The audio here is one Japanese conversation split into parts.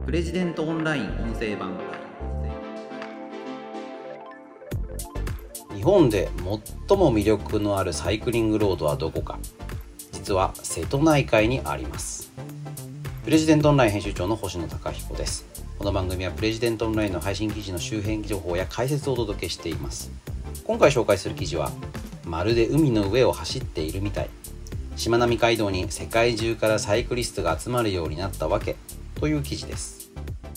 プレジデントオンライン音声版。 日本で最も魅力のあるサイクリングロードはどこか。実は瀬戸内海にあります。プレジデントオンライン編集長の星野貴彦です。この番組はプレジデントオンラインの配信記事の周辺情報や解説をお届けしています。今回紹介する記事は、まるで海の上を走っているみたい、しまなみ海道に世界中からサイクリストが集まるようになったわけという記事です。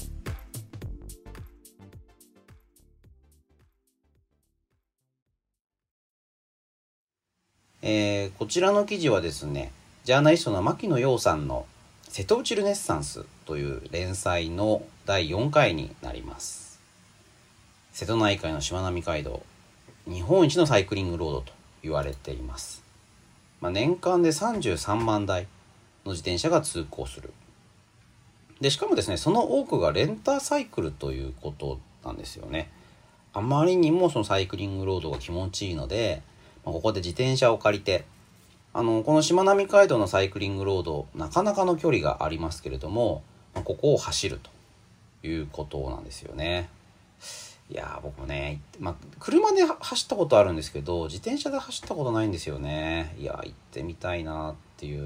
こちらの記事はですね、ジャーナリストの牧野洋さんの瀬戸内ルネッサンスという連載の第4回になります。瀬戸内海のしまなみ海道、日本一のサイクリングロードと言われています。年間で33万台の自転車が通行する。でしかもですね、その多くがレンタサイクルということなんですよね。あまりにもそのサイクリングロードが気持ちいいので、ここで自転車を借りて、このしまなみ海道のサイクリングロード、なかなかの距離がありますけれども、ここを走るということなんですよね。いや僕もね、車で走ったことあるんですけど、自転車で走ったことないんですよね。いや行ってみたいなっていう。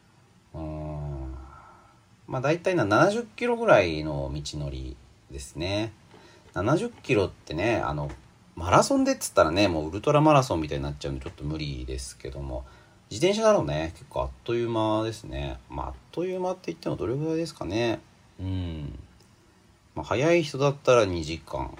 だいたい70キロぐらいの道のりですね。70キロってね、マラソンでっつったらね、もうウルトラマラソンみたいになっちゃうんでちょっと無理ですけども、自転車だろうね、結構あっという間ですね。あっという間って言ってもどれぐらいですかね。早い人だったら2時間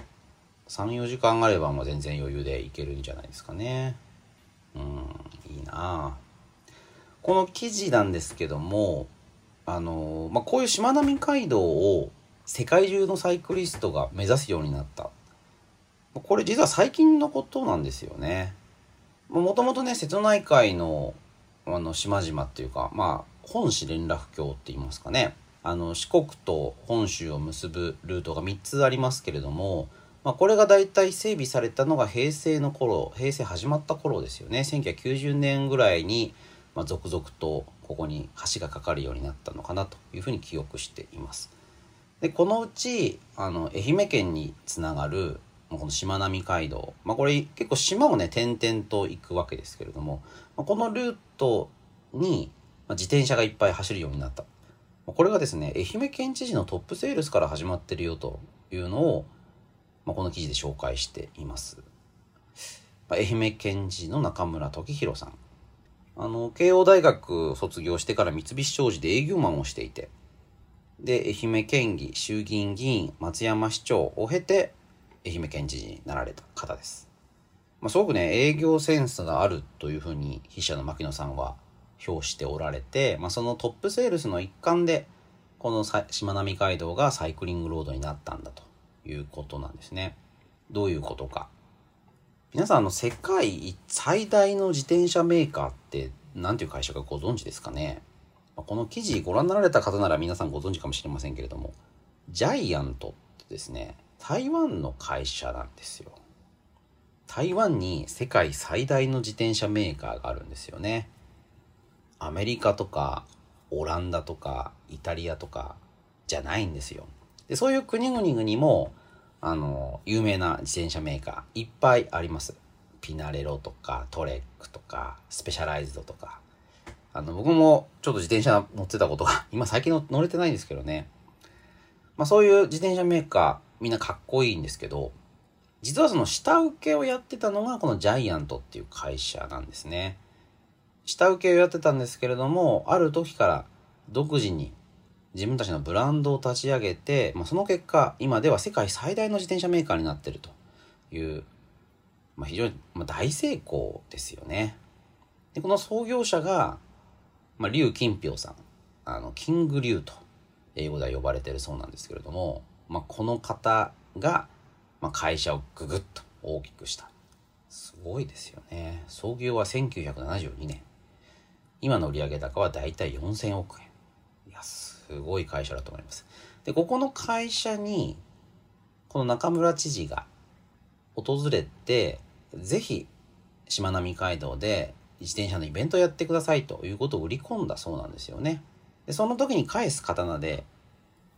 3、4時間あれば全然余裕で行けるんじゃないですかね。いいな。この記事なんですけども、こういうしまなみ海道を世界中のサイクリストが目指すようになった。これ実は最近のことなんですよね。もともとね、瀬戸内海の島々っていうか、本市連絡橋って言いますかね。四国と本州を結ぶルートが3つありますけれども、これがだいたい整備されたのが平成始まった頃ですよね。1990年ぐらいに、続々とここに橋がかかるようになったのかなというふうに記憶しています。でこのうち愛媛県につながるこのしまなみ海道、これ結構島をね点々と行くわけですけれども、このルートに自転車がいっぱい走るようになった。これがですね、愛媛県知事のトップセールスから始まってるよというのを、この記事で紹介しています。愛媛県知事の中村時弘さん、慶応大学を卒業してから三菱商事で営業マンをしていて、で愛媛県議、衆議院議員、松山市長を経て愛媛県知事になられた方です。すごくね、営業センスがあるというふうに筆者の牧野さんは評しておられて、そのトップセールスの一環でこのしまなみ海道がサイクリングロードになったんだということなんですね。どういうことか。皆さん世界最大の自転車メーカーって何ていう会社かご存知ですかね。この記事ご覧になられた方なら皆さんご存知かもしれませんけれども、ジャイアントってですね、台湾の会社なんですよ。台湾に世界最大の自転車メーカーがあるんですよね。アメリカとかオランダとかイタリアとかじゃないんですよ。でそういう国々にも有名な自転車メーカーいっぱいあります。ピナレロとかトレックとかスペシャライズドとか、僕もちょっと自転車乗ってたことが今最近乗れてないんですけどね。そういう自転車メーカーみんなかっこいいんですけど、実はその下請けをやってたのがこのジャイアントっていう会社なんですね。下請けをやってたんですけれども、ある時から独自に自分たちのブランドを立ち上げて、その結果今では世界最大の自転車メーカーになっているという、非常に大成功ですよね。でこの創業者が、劉金平さん、キング劉と英語では呼ばれているそうなんですけれども、この方が、会社をぐぐっと大きくした。すごいですよね。創業は1972年。今の売上高はだいたい4000億円。いや、すごい会社だと思います。で、ここの会社に、この中村知事が訪れて、ぜひ、しまなみ海道で自転車のイベントをやってくださいということを売り込んだそうなんですよね。でその時に返す刀で、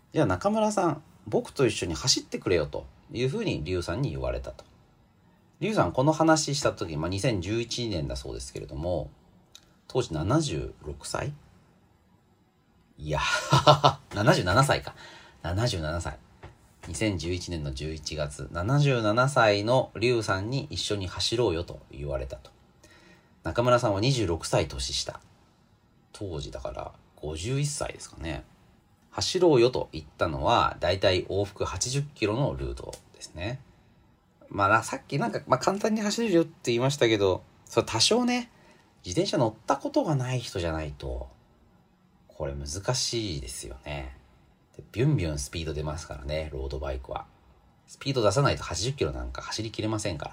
じゃあ中村さん、僕と一緒に走ってくれよというふうに劉さんに言われたと。劉さんこの話した時、2011年だそうですけれども、当時76歳いや77歳か。77歳。2011年の11月、77歳の劉さんに一緒に走ろうよと言われたと。中村さんは26歳年下。当時だから51歳ですかね。走ろうよと言ったのは、だいたい往復80キロのルートですね。さっき簡単に走れるよって言いましたけど、それ多少ね、自転車乗ったことがない人じゃないと、これ難しいですよね。でビュンビュンスピード出ますからね、ロードバイクは。スピード出さないと80キロなんか走りきれませんから。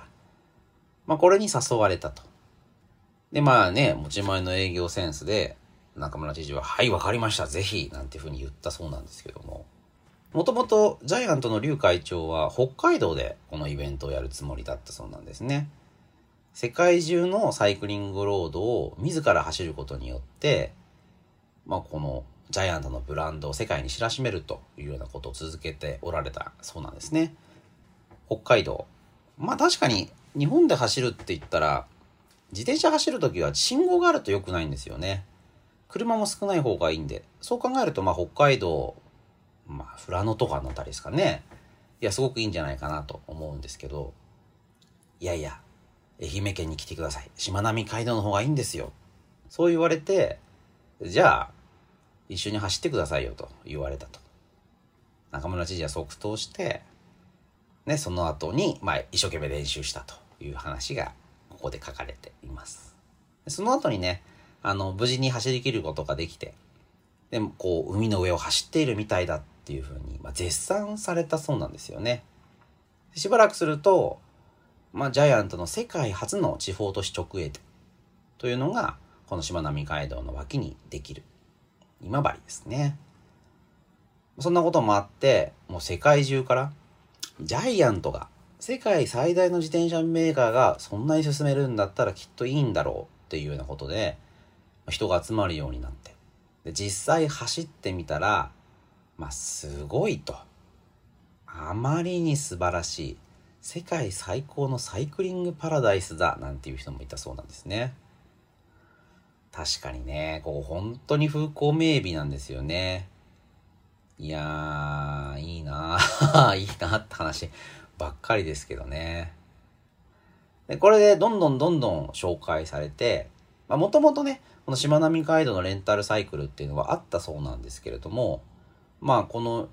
これに誘われたと。で、持ち前の営業センスで、中村知事は、はい、わかりました、ぜひ、なんていうふうに言ったそうなんですけども。もともとジャイアントの劉会長は北海道でこのイベントをやるつもりだったそうなんですね。世界中のサイクリングロードを自ら走ることによって、このジャイアントのブランドを世界に知らしめるというようなことを続けておられたそうなんですね。北海道。確かに日本で走るって言ったら、自転車走るときは信号があると良くないんですよね。車も少ない方がいいんで、そう考えると北海道、富良野とかのあたりですかね。いや、すごくいいんじゃないかなと思うんですけど、いやいや、愛媛県に来てください。しまなみ海道の方がいいんですよ。そう言われて、じゃあ、一緒に走ってくださいよと言われたと。中村知事は即答して、その後に、一生懸命練習したという話が、ここで書かれています。その後にね、無事に走り切ることができて、でも海の上を走っているみたいだっていうふうに、絶賛されたそうなんですよね。しばらくすると、ジャイアントの世界初の地方都市直営店というのが、このしまなみ海道の脇にできる。今治ですね。そんなこともあって、もう世界中から、ジャイアントが、世界最大の自転車メーカーがそんなに進めるんだったらきっといいんだろうっていうようなことで、人が集まるようになって、で実際走ってみたら、すごいと。あまりに素晴らしい。世界最高のサイクリングパラダイスだなんていう人もいたそうなんですね。確かにね、ここ本当に風光明媚なんですよね。いやー、いいなーいいなって話ばっかりですけどね。で、これでどんどん紹介されて、もともとね、このしまなみ海道のレンタルサイクルっていうのはあったそうなんですけれども、この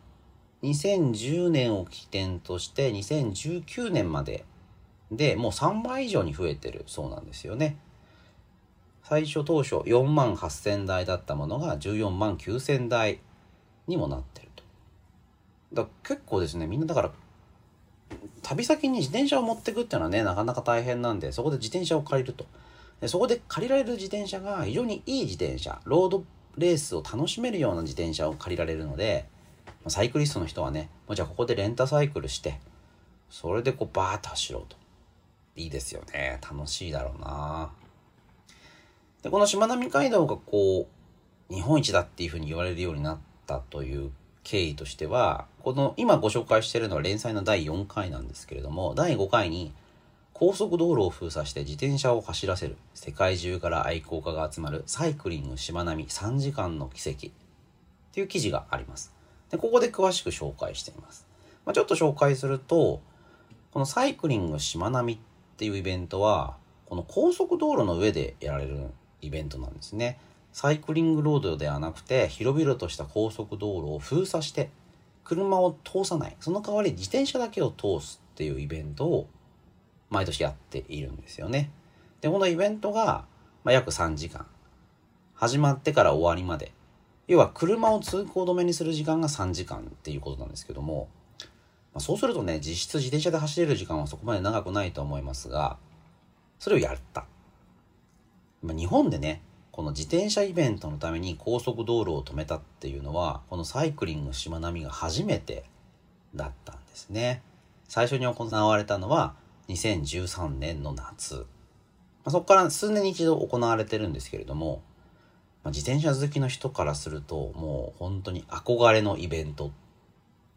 2010年を起点として2019年まででもう3倍以上に増えてるそうなんですよね。最初当初4万8000台だったものが14万9000台にもなってると。だから結構ですね、みんなだから旅先に自転車を持ってくっていうのはね、なかなか大変なんで、そこで自転車を借りると。でそこで借りられる自転車が非常にいい自転車、ロードレースを楽しめるような自転車を借りられるので、サイクリストの人はね、じゃあここでレンタサイクルして、それでバーッと走ろうと。いいですよね。楽しいだろうな。で、このしまなみ海道が日本一だっていうふうに言われるようになったという経緯としては、この今ご紹介しているのは連載の第4回なんですけれども、第5回に高速道路を封鎖して自転車を走らせる世界中から愛好家が集まるサイクリングしまなみ3時間の奇跡っていう記事があります。で、ここで詳しく紹介しています。ちょっと紹介すると、このサイクリングしまなみっていうイベントは、この高速道路の上でやられるイベントなんですね。サイクリングロードではなくて、広々とした高速道路を封鎖して、車を通さない。その代わり自転車だけを通すっていうイベントを毎年やっているんですよね。で、このイベントが、約3時間。始まってから終わりまで。要は車を通行止めにする時間が3時間っていうことなんですけども、そうするとね、実質自転車で走れる時間はそこまで長くないと思いますが、それをやった。日本でね、この自転車イベントのために高速道路を止めたっていうのは、このサイクリングしまなみが初めてだったんですね。最初に行われたのは2013年の夏。そこから数年に一度行われてるんですけれども、自転車好きの人からするともう本当に憧れのイベントっ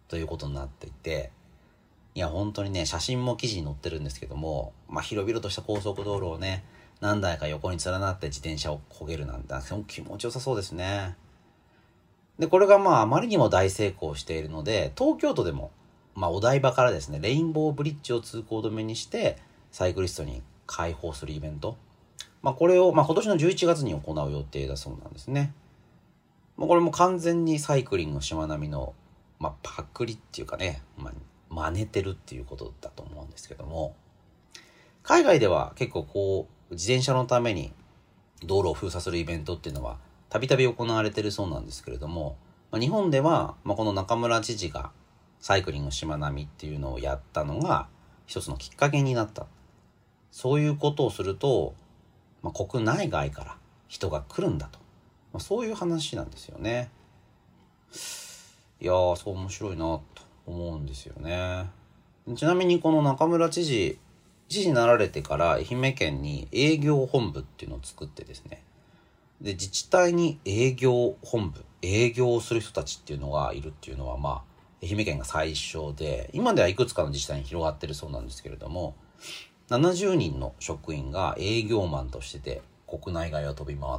ということになっていて、いや本当にね、写真も記事に載ってるんですけども、広々とした高速道路をね、何台か横に連なって自転車を漕げるなんて気持ちよさそうですね。でこれがあまりにも大成功しているので、東京都でもお台場からですね、レインボーブリッジを通行止めにしてサイクリストに開放するイベント、これを今年の11月に行う予定だそうなんですね。これも完全にサイクリングのしまなみの、パクリっていうかね、真似てるっていうことだと思うんですけども、海外では結構自転車のために道路を封鎖するイベントっていうのはたびたび行われてるそうなんですけれども、日本ではこの中村知事がサイクリングしまなみっていうのをやったのが一つのきっかけになった。そういうことをすると、国内外から人が来るんだと、そういう話なんですよね。いやー、そう面白いなと思うんですよね。ちなみにこの中村知事になられてから愛媛県に営業本部っていうのを作ってですね、で自治体に営業本部、営業をする人たちっていうのがいるっていうのは愛媛県が最初で、今ではいくつかの自治体に広がってるそうなんですけれども、70人の職員が営業マンとして国内外を飛び回って、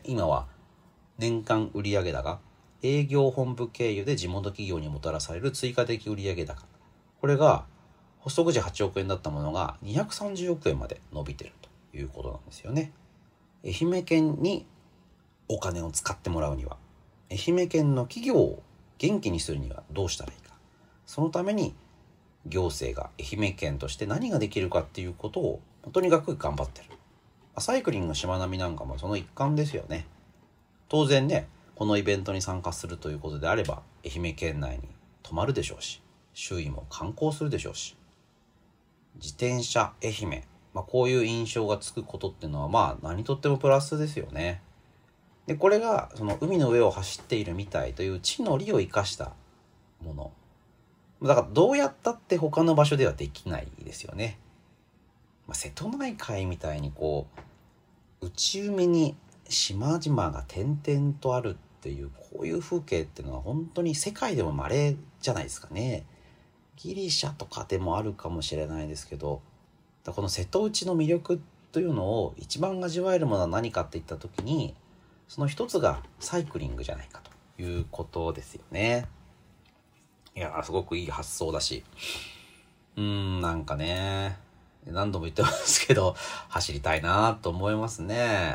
今は年間売上高、営業本部経由で地元企業にもたらされる追加的売上高、これが発足時8億円だったものが230億円まで伸びてるということなんですよね。愛媛県にお金を使ってもらうには、愛媛県の企業を元気にするにはどうしたらいいか、そのために行政が愛媛県として何ができるかっていうことをとにかく頑張ってる。サイクリングしまなみなんかもその一環ですよね。当然ね、このイベントに参加するということであれば愛媛県内に泊まるでしょうし、周囲も観光するでしょうし、自転車愛媛、こういう印象がつくことっていうのは何とってもプラスですよね。でこれがその海の上を走っているみたいという地の利を生かしたものだから、どうやったって他の場所ではできないですよね。瀬戸内海みたいに内海に島々が点々とあるっていう、こういう風景っていうのは本当に世界でも稀じゃないですかね。ギリシャとかでもあるかもしれないですけど、この瀬戸内の魅力というのを一番味わえるものは何かっていった時に、その一つがサイクリングじゃないかということですよね。いや、すごくいい発想だし、なんかね、何度も言ってますけど走りたいなと思いますね。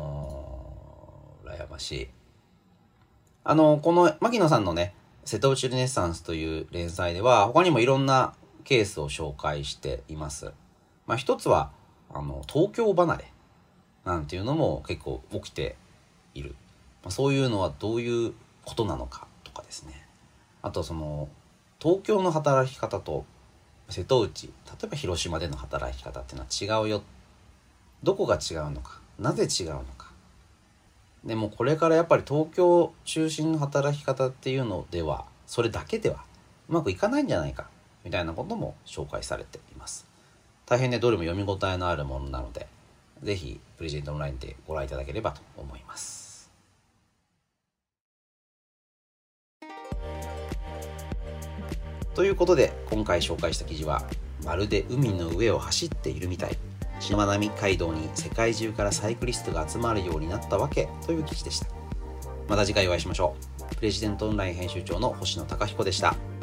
羨ましい。この牧野さんのね、瀬戸内ルネッサンスという連載では他にもいろんなケースを紹介しています。一つは東京離れなんていうのも結構起きている。そういうのはどういうことなのかとかですね。あと東京の働き方と瀬戸内、例えば広島での働き方っていうのは違うよ。どこが違うのか、なぜ違うのか。でもこれからやっぱり東京中心の働き方っていうのでは、それだけではうまくいかないんじゃないかみたいなことも紹介されています。大変ね、どれも読み応えのあるものなので、ぜひプレジデントオンラインでご覧いただければと思います。ということで、今回紹介した記事は、まるで海の上を走っているみたい、しまなみ海道に世界中からサイクリストが集まるようになったわけという記事でした。また次回お会いしましょう。プレジデントオンライン編集長の星野貴彦でした。